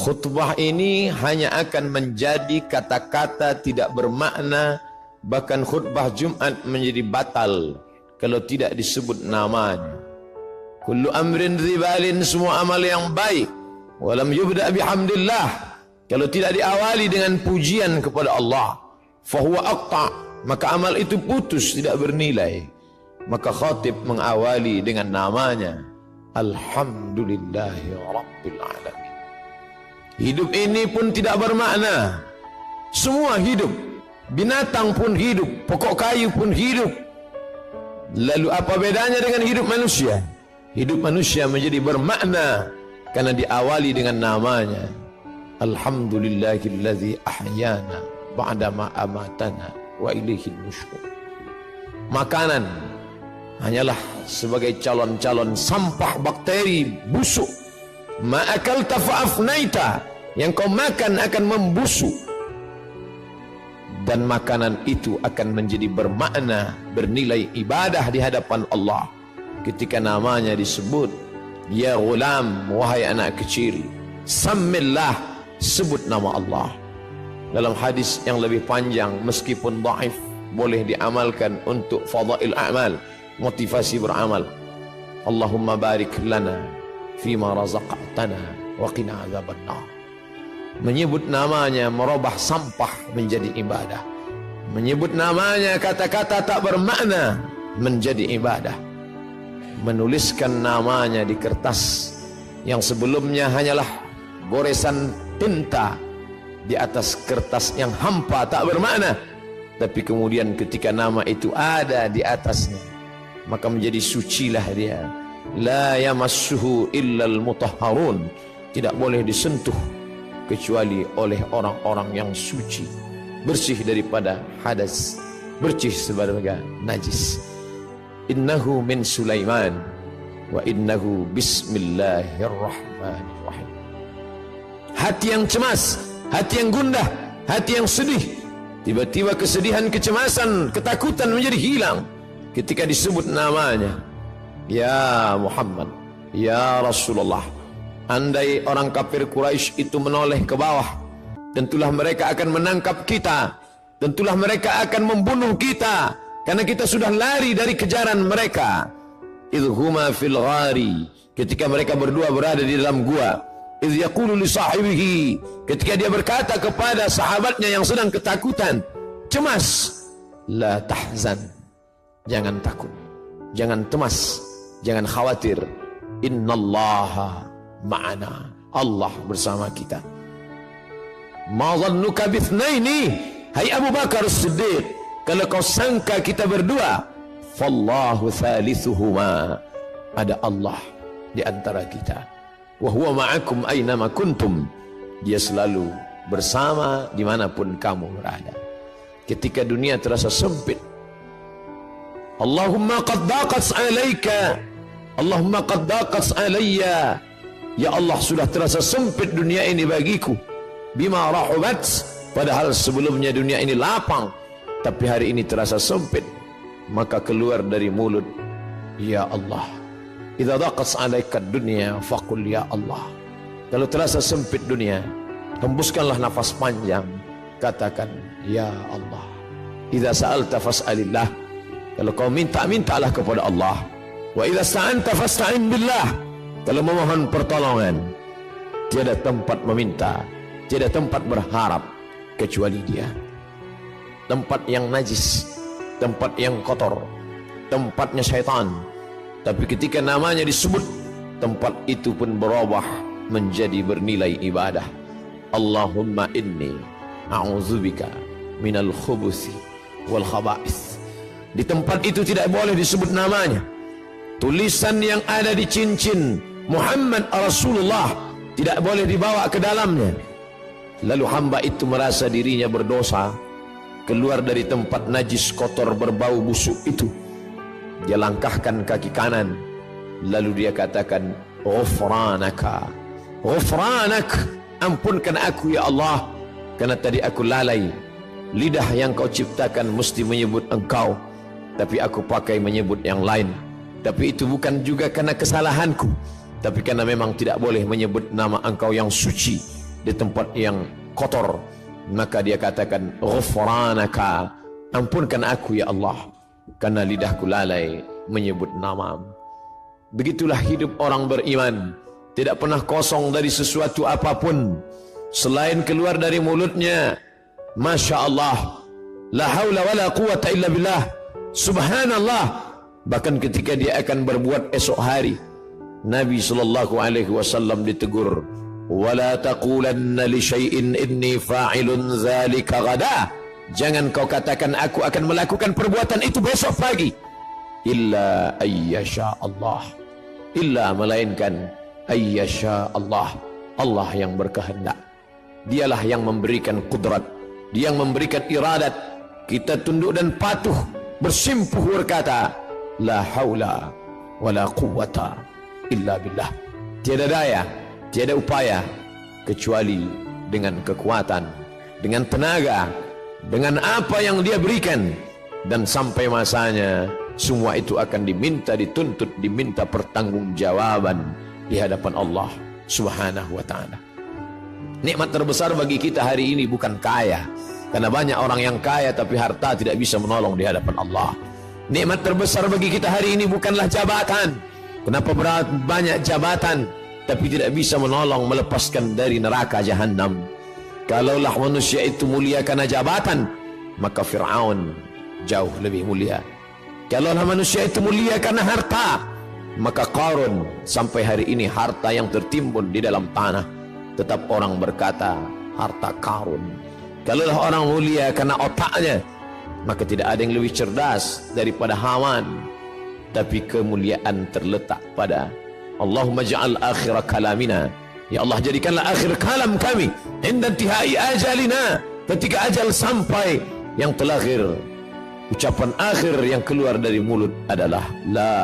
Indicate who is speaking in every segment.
Speaker 1: Khutbah ini hanya akan menjadi kata-kata tidak bermakna, bahkan khutbah Jumat menjadi batal kalau tidak disebut namanya. Kullu amrin ribalin, semua amal yang baik, walam yubda bihamdillah, kalau tidak diawali dengan pujian kepada Allah, fahuwa aqta, maka amal itu putus, tidak bernilai. Maka khatib mengawali dengan namanya, alhamdulillahi rabbil alamin. Hidup ini pun tidak bermakna. Semua hidup, binatang pun hidup, pokok kayu pun hidup. Lalu apa bedanya dengan hidup manusia? Hidup manusia menjadi bermakna karena diawali dengan namanya, alhamdulillahillazi ahyana ba'dama amatana wa ilaihil nusyur. Makanan hanyalah sebagai calon-calon sampah bakteri busuk. Ma'akalta fa'afnaita, yang kau makan akan membusuk. Dan makanan itu akan menjadi bermakna, bernilai ibadah di hadapan Allah ketika namanya disebut. Ya ghulam, wahai anak kecil, sammillah, sebut nama Allah. Dalam hadis yang lebih panjang, meskipun dhaif, boleh diamalkan untuk fadail a'mal, motivasi beramal. Allahumma barik lana fima razaqtana wa qina azabannar. Menyebut namanya merubah sampah menjadi ibadah. Menyebut namanya kata-kata tak bermakna menjadi ibadah. Menuliskan namanya di kertas yang sebelumnya hanyalah goresan tinta di atas kertas yang hampa tak bermakna, tapi kemudian ketika nama itu ada di atasnya, maka menjadi sucilah dia. La yamassuhu illal mutahharun, tidak boleh disentuh kecuali oleh orang-orang yang suci, bersih daripada hadas, bersih sebagai najis. Innahu min Sulaiman wa innahu bismillahirrahmanirrahim. Hati yang cemas, hati yang gundah, hati yang sedih, tiba-tiba kesedihan, kecemasan, ketakutan menjadi hilang ketika disebut namanya. Ya Muhammad, ya Rasulullah. Andai orang kafir Quraisy itu menoleh ke bawah, tentulah mereka akan menangkap kita, tentulah mereka akan membunuh kita, karena kita sudah lari dari kejaran mereka. Idhuma fil ghari, ketika mereka berdua berada di dalam gua. Idh yaqulu li sahibihi, ketika dia berkata kepada sahabatnya yang sedang ketakutan, cemas, la tahzan, jangan takut, jangan cemas, jangan khawatir, innallaha ma'ana, Allah bersama kita. Ma dhannuka bithnaini, hai Abu Bakar As-Siddiq, kalau kau sangka kita berdua, fallahu thalithuhuma, ada Allah di antara kita. Wa huwa ma'akum aynama kuntum, dia selalu bersama dimanapun kamu berada. Ketika dunia terasa sempit, Allahumma qad daqat alayka, Allahumma qad daqat alayya, ya Allah sudah terasa sempit dunia ini bagiku. Bima rahubat, padahal sebelumnya dunia ini lapang, tapi hari ini terasa sempit. Maka keluar dari mulut, ya Allah. Idza daqat alayka dunya faqul ya Allah. Kalau terasa sempit dunia, hembuskanlah nafas panjang, katakan ya Allah. Idza sa'alta fas'alillah, kalau kau minta, mintalah kepada Allah. Wa idza sta'anta fasta'in billah, kalau memohon pertolongan, tiada tempat meminta, tiada tempat berharap kecuali Dia. Tempat yang najis, tempat yang kotor, tempatnya syaitan. Tapi ketika namanya disebut, tempat itu pun berubah menjadi bernilai ibadah. Allahumma inni a'udzubika minal khubuthi wal khaba'ith. Di tempat itu tidak boleh disebut namanya. Tulisan yang ada di cincin Muhammad Rasulullah tidak boleh dibawa ke dalamnya. Lalu hamba itu merasa dirinya berdosa, keluar dari tempat najis, kotor, berbau busuk itu. Dia langkahkan kaki kanan, lalu dia katakan, ghufranaka, ghufranak, ampunkan aku ya Allah, karena tadi aku lalai. Lidah yang kau ciptakan mesti menyebut engkau, tapi aku pakai menyebut yang lain. Tapi itu bukan juga karena kesalahanku, tapi karena memang tidak boleh menyebut nama engkau yang suci, di tempat yang kotor, maka dia katakan, ghufranaka, ampunkan aku ya Allah, karena lidahku lalai menyebut namamu. Begitulah hidup orang beriman, tidak pernah kosong dari sesuatu apapun selain keluar dari mulutnya Masya Allah, la haula wa la quwata illa billah, subhanallah. Bahkan ketika dia akan berbuat esok hari, Nabi SAW ditegur, wala taqulanna li syai'in inni fa'ilun dzalika ghadan, jangan kau katakan aku akan melakukan perbuatan itu besok pagi, illa ayyasha Allah, illa melainkan ayyasha Allah, Allah yang berkehendak. Dialah yang memberikan kudrat, dia yang memberikan iradat. Kita tunduk dan patuh, bersimpuh berkata, la haula wala quwwata illa billah. Tiada daya, tiada upaya kecuali dengan kekuatan, dengan tenaga, dengan apa yang dia berikan. Dan sampai masanya semua itu akan diminta, dituntut, diminta pertanggungjawaban di hadapan Allah Subhanahu wa ta'ala. Nikmat terbesar bagi kita hari ini bukan kaya, karena banyak orang yang kaya tapi harta tidak bisa menolong di hadapan Allah. Nikmat terbesar bagi kita hari ini bukanlah jabatan. Kenapa banyak jabatan tapi tidak bisa menolong melepaskan dari neraka jahanam? Kalaulah manusia itu mulia karena jabatan, maka Fir'aun jauh lebih mulia. Kalaulah manusia itu mulia karena harta, maka Qarun sampai hari ini harta yang tertimbun di dalam tanah, tetap orang berkata harta Qarun. Kalaulah orang mulia karena otaknya, maka tidak ada yang lebih cerdas daripada Haman. Tapi kemuliaan terletak pada Allahumma ja'al akhir kalamina, ya Allah jadikanlah akhir kalam kami inda intihai ajalina, ketika ajal sampai, yang terakhir, ucapan akhir yang keluar dari mulut adalah la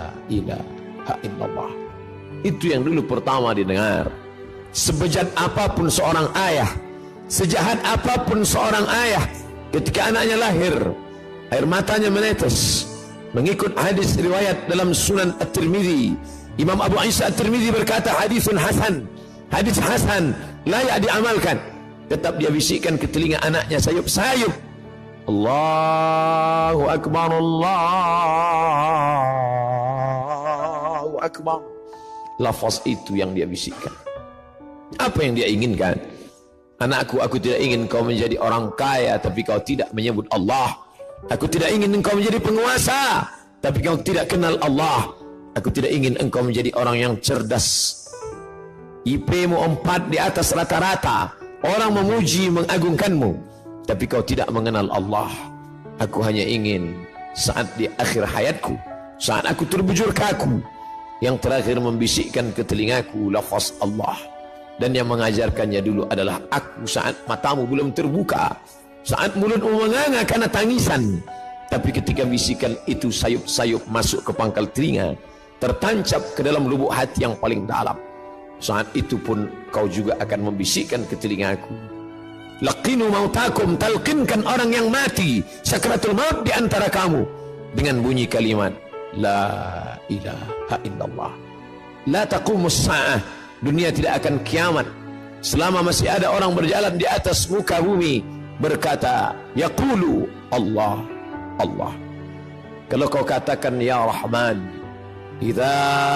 Speaker 1: ilaha illallah. Itu yang dulu pertama didengar. Sebejat apapun seorang ayah, sejahat apapun seorang ayah, ketika anaknya lahir, air matanya menetes. Mengikut hadis riwayat dalam Sunan At-Tirmidzi, Imam Abu Isa At-Tirmidzi berkata hadisun hasan, hadis hasan, layak diamalkan. Tetap dia bisikkan ke telinga anaknya sayup-sayup, Allahu Akbar, Allahu Akbar. Lafaz itu yang dia bisikkan. Apa yang dia inginkan? Anakku, aku tidak ingin kau menjadi orang kaya tapi kau tidak menyebut Allah. Aku tidak ingin engkau menjadi penguasa tapi kau tidak kenal Allah. Aku tidak ingin engkau menjadi orang yang cerdas, IP-mu 4 di atas rata-rata, orang memuji mengagungkanmu, tapi kau tidak mengenal Allah. Aku hanya ingin saat di akhir hayatku, saat aku terbujur kaku, yang terakhir membisikkan ke telingaku lafaz Allah. Dan yang mengajarkannya dulu adalah aku saat matamu belum terbuka, saat mulutmu menganga karena tangisan. Tapi ketika bisikan itu sayup-sayup masuk ke pangkal telinga, tertancap ke dalam lubuk hati yang paling dalam, saat itu pun kau juga akan membisikkan ke telingaku, laqinu mautakum, talqinkan orang yang mati sakratul maut di antara kamu dengan bunyi kalimat la ilaha illallah. La taqumus sa'ah, dunia tidak akan kiamat selama masih ada orang berjalan di atas muka bumi berkata yaqulu Allah, Allah. Kalau kau katakan ya Rahman, idza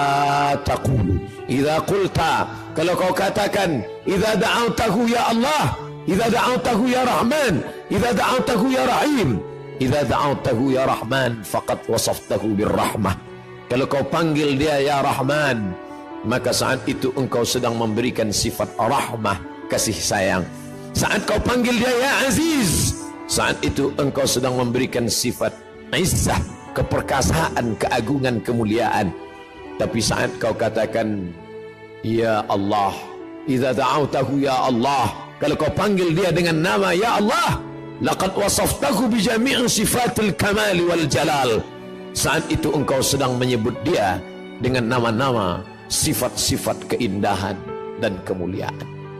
Speaker 1: taqulu, idza qulta, kalau kau katakan idza da'awtahu ya Allah, idza da'awtahu ya Rahman, idza da'awtahu ya Rahim, idza da'awtahu ya Rahman faqad wasaftahu birrahmah. Kalau kau panggil dia ya Rahman, maka saat itu engkau sedang memberikan sifat rahmah, kasih sayang. Saat kau panggil dia ya Aziz, saat itu engkau sedang memberikan sifat izzah, keperkasaan, keagungan, kemuliaan. Tapi saat kau katakan ya Allah, idza da'awtahu ya Allah, kalau kau panggil dia dengan nama ya Allah, laqad wasaftahu bi jami'i sifatil kamal wal jalal, saat itu engkau sedang menyebut dia dengan nama-nama, sifat-sifat keindahan dan kemuliaan.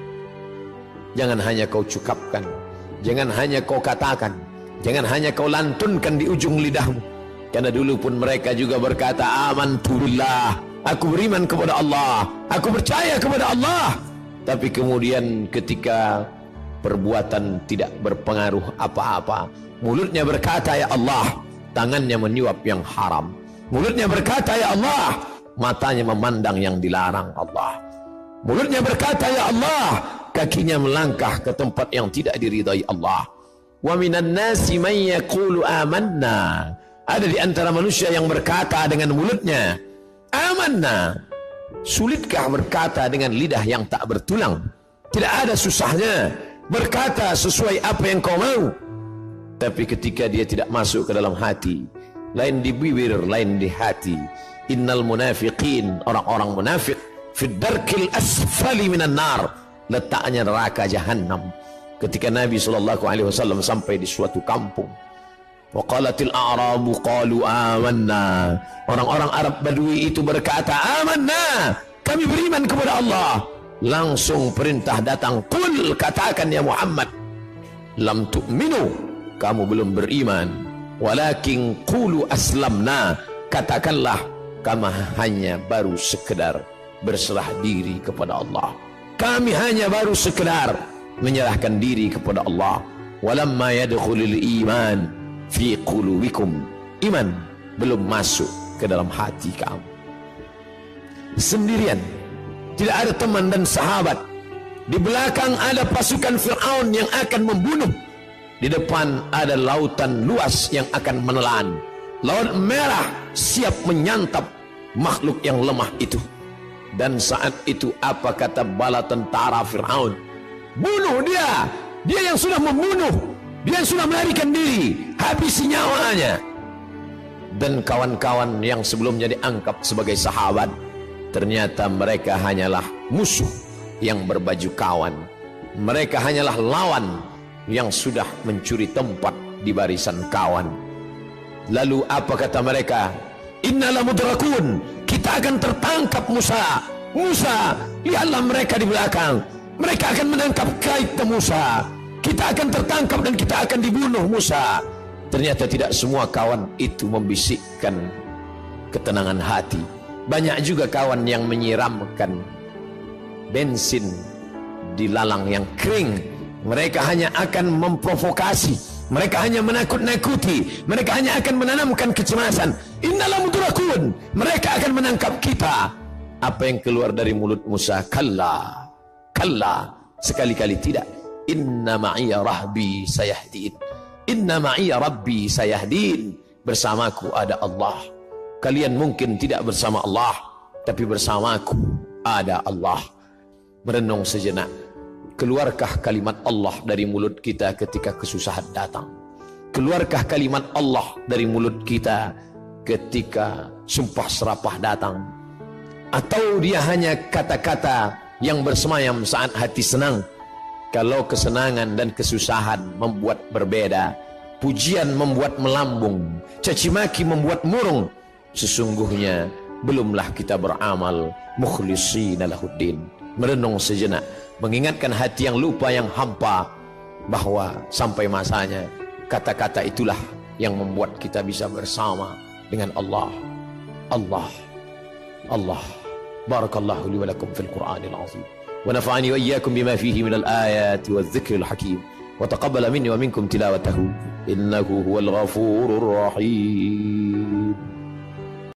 Speaker 1: Jangan hanya kau cukapkan, jangan hanya kau katakan, jangan hanya kau lantunkan di ujung lidahmu. Karena dulu pun mereka juga berkata amantu billah, aku beriman kepada Allah, aku percaya kepada Allah. Tapi kemudian ketika perbuatan tidak berpengaruh apa-apa, mulutnya berkata ya Allah, tangannya menyuap yang haram. Mulutnya berkata ya Allah, matanya memandang yang dilarang Allah. Mulutnya berkata ya Allah, kakinya melangkah ke tempat yang tidak diridai Allah. Wa minan nasi man yaqulu amanna. Ada di antara manusia yang berkata dengan mulutnya amanna. Sulitkah berkata dengan lidah yang tak bertulang? Tidak ada susahnya berkata sesuai apa yang kau mau. Tapi ketika dia tidak masuk ke dalam hati, lain di bibir, lain di hati. Innal munafiqin, orang-orang munafik, fid darkil asfali minan nar, letaknya neraka jahanam. Ketika Nabi SAW sampai di suatu kampung, waqalatil a'rabu qalu amanna, orang-orang Arab Badui itu berkata amanna, kami beriman kepada Allah. Langsung perintah datang, qul, katakan ya Muhammad, lam tu'minu, kamu belum beriman, walakin qulu aslamna, katakanlah kami hanya baru sekedar berserah diri kepada Allah. Kami hanya baru sekedar menyerahkan diri kepada Allah. Walamma yadkhulul iman fi qulubikum, iman belum masuk ke dalam hati kamu. Sendirian, tidak ada teman dan sahabat. Di belakang ada pasukan Fir'aun yang akan membunuh. Di depan ada lautan luas yang akan menelan. Laut merah siap menyantap makhluk yang lemah itu. Dan saat itu apa kata bala tentara Fir'aun? Bunuh dia! Dia yang sudah membunuh, dia yang sudah melarikan diri, habisi nyawanya. Dan kawan-kawan yang sebelumnya dianggap sebagai sahabat, ternyata mereka hanyalah musuh yang berbaju kawan. Mereka hanyalah lawan yang sudah mencuri tempat di barisan kawan. Lalu apa kata mereka? Innala mudrakun, kita akan tertangkap Musa. Musa, lihatlah mereka di belakang, mereka akan menangkap kita Musa. Kita akan tertangkap dan kita akan dibunuh Musa. Ternyata tidak semua kawan itu membisikkan ketenangan hati. Banyak juga kawan yang menyiramkan bensin di lalang yang kering. Mereka hanya akan memprovokasi, mereka hanya menakut-nakuti, mereka hanya akan menanamkan kecemasan. Innala mudrakun, mereka akan menangkap kita. Apa yang keluar dari mulut Musa? Kalla, kalla, sekali-kali tidak. Inna ma'iya rahbi sayahdin, inna ma'iya rabbi sayahdin, bersamaku ada Allah. Kalian mungkin tidak bersama Allah, tapi bersamaku ada Allah. Merenung sejenak, keluarkah kalimat Allah dari mulut kita ketika kesusahan datang? Keluarkah kalimat Allah dari mulut kita ketika sumpah serapah datang? Atau dia hanya kata-kata yang bersemayam saat hati senang? Kalau kesenangan dan kesusahan membuat berbeda, pujian membuat melambung, cacimaki membuat murung, sesungguhnya belumlah kita beramal mukhlishina lahuddin. Merenung sejenak, mengingatkan hati yang lupa, yang hampa, bahwa sampai masanya kata-kata itulah yang membuat kita bisa bersama dengan Allah. Allah, Allah. Barakallahu li wa lakum fil Qur'anil azim, wa nafa'ani wa iyyakum bima fihi minal ayati wadh-dhikril hakim, wa taqabbala minni wa minkum tilawatahu innahu huwal ghafurur rahim.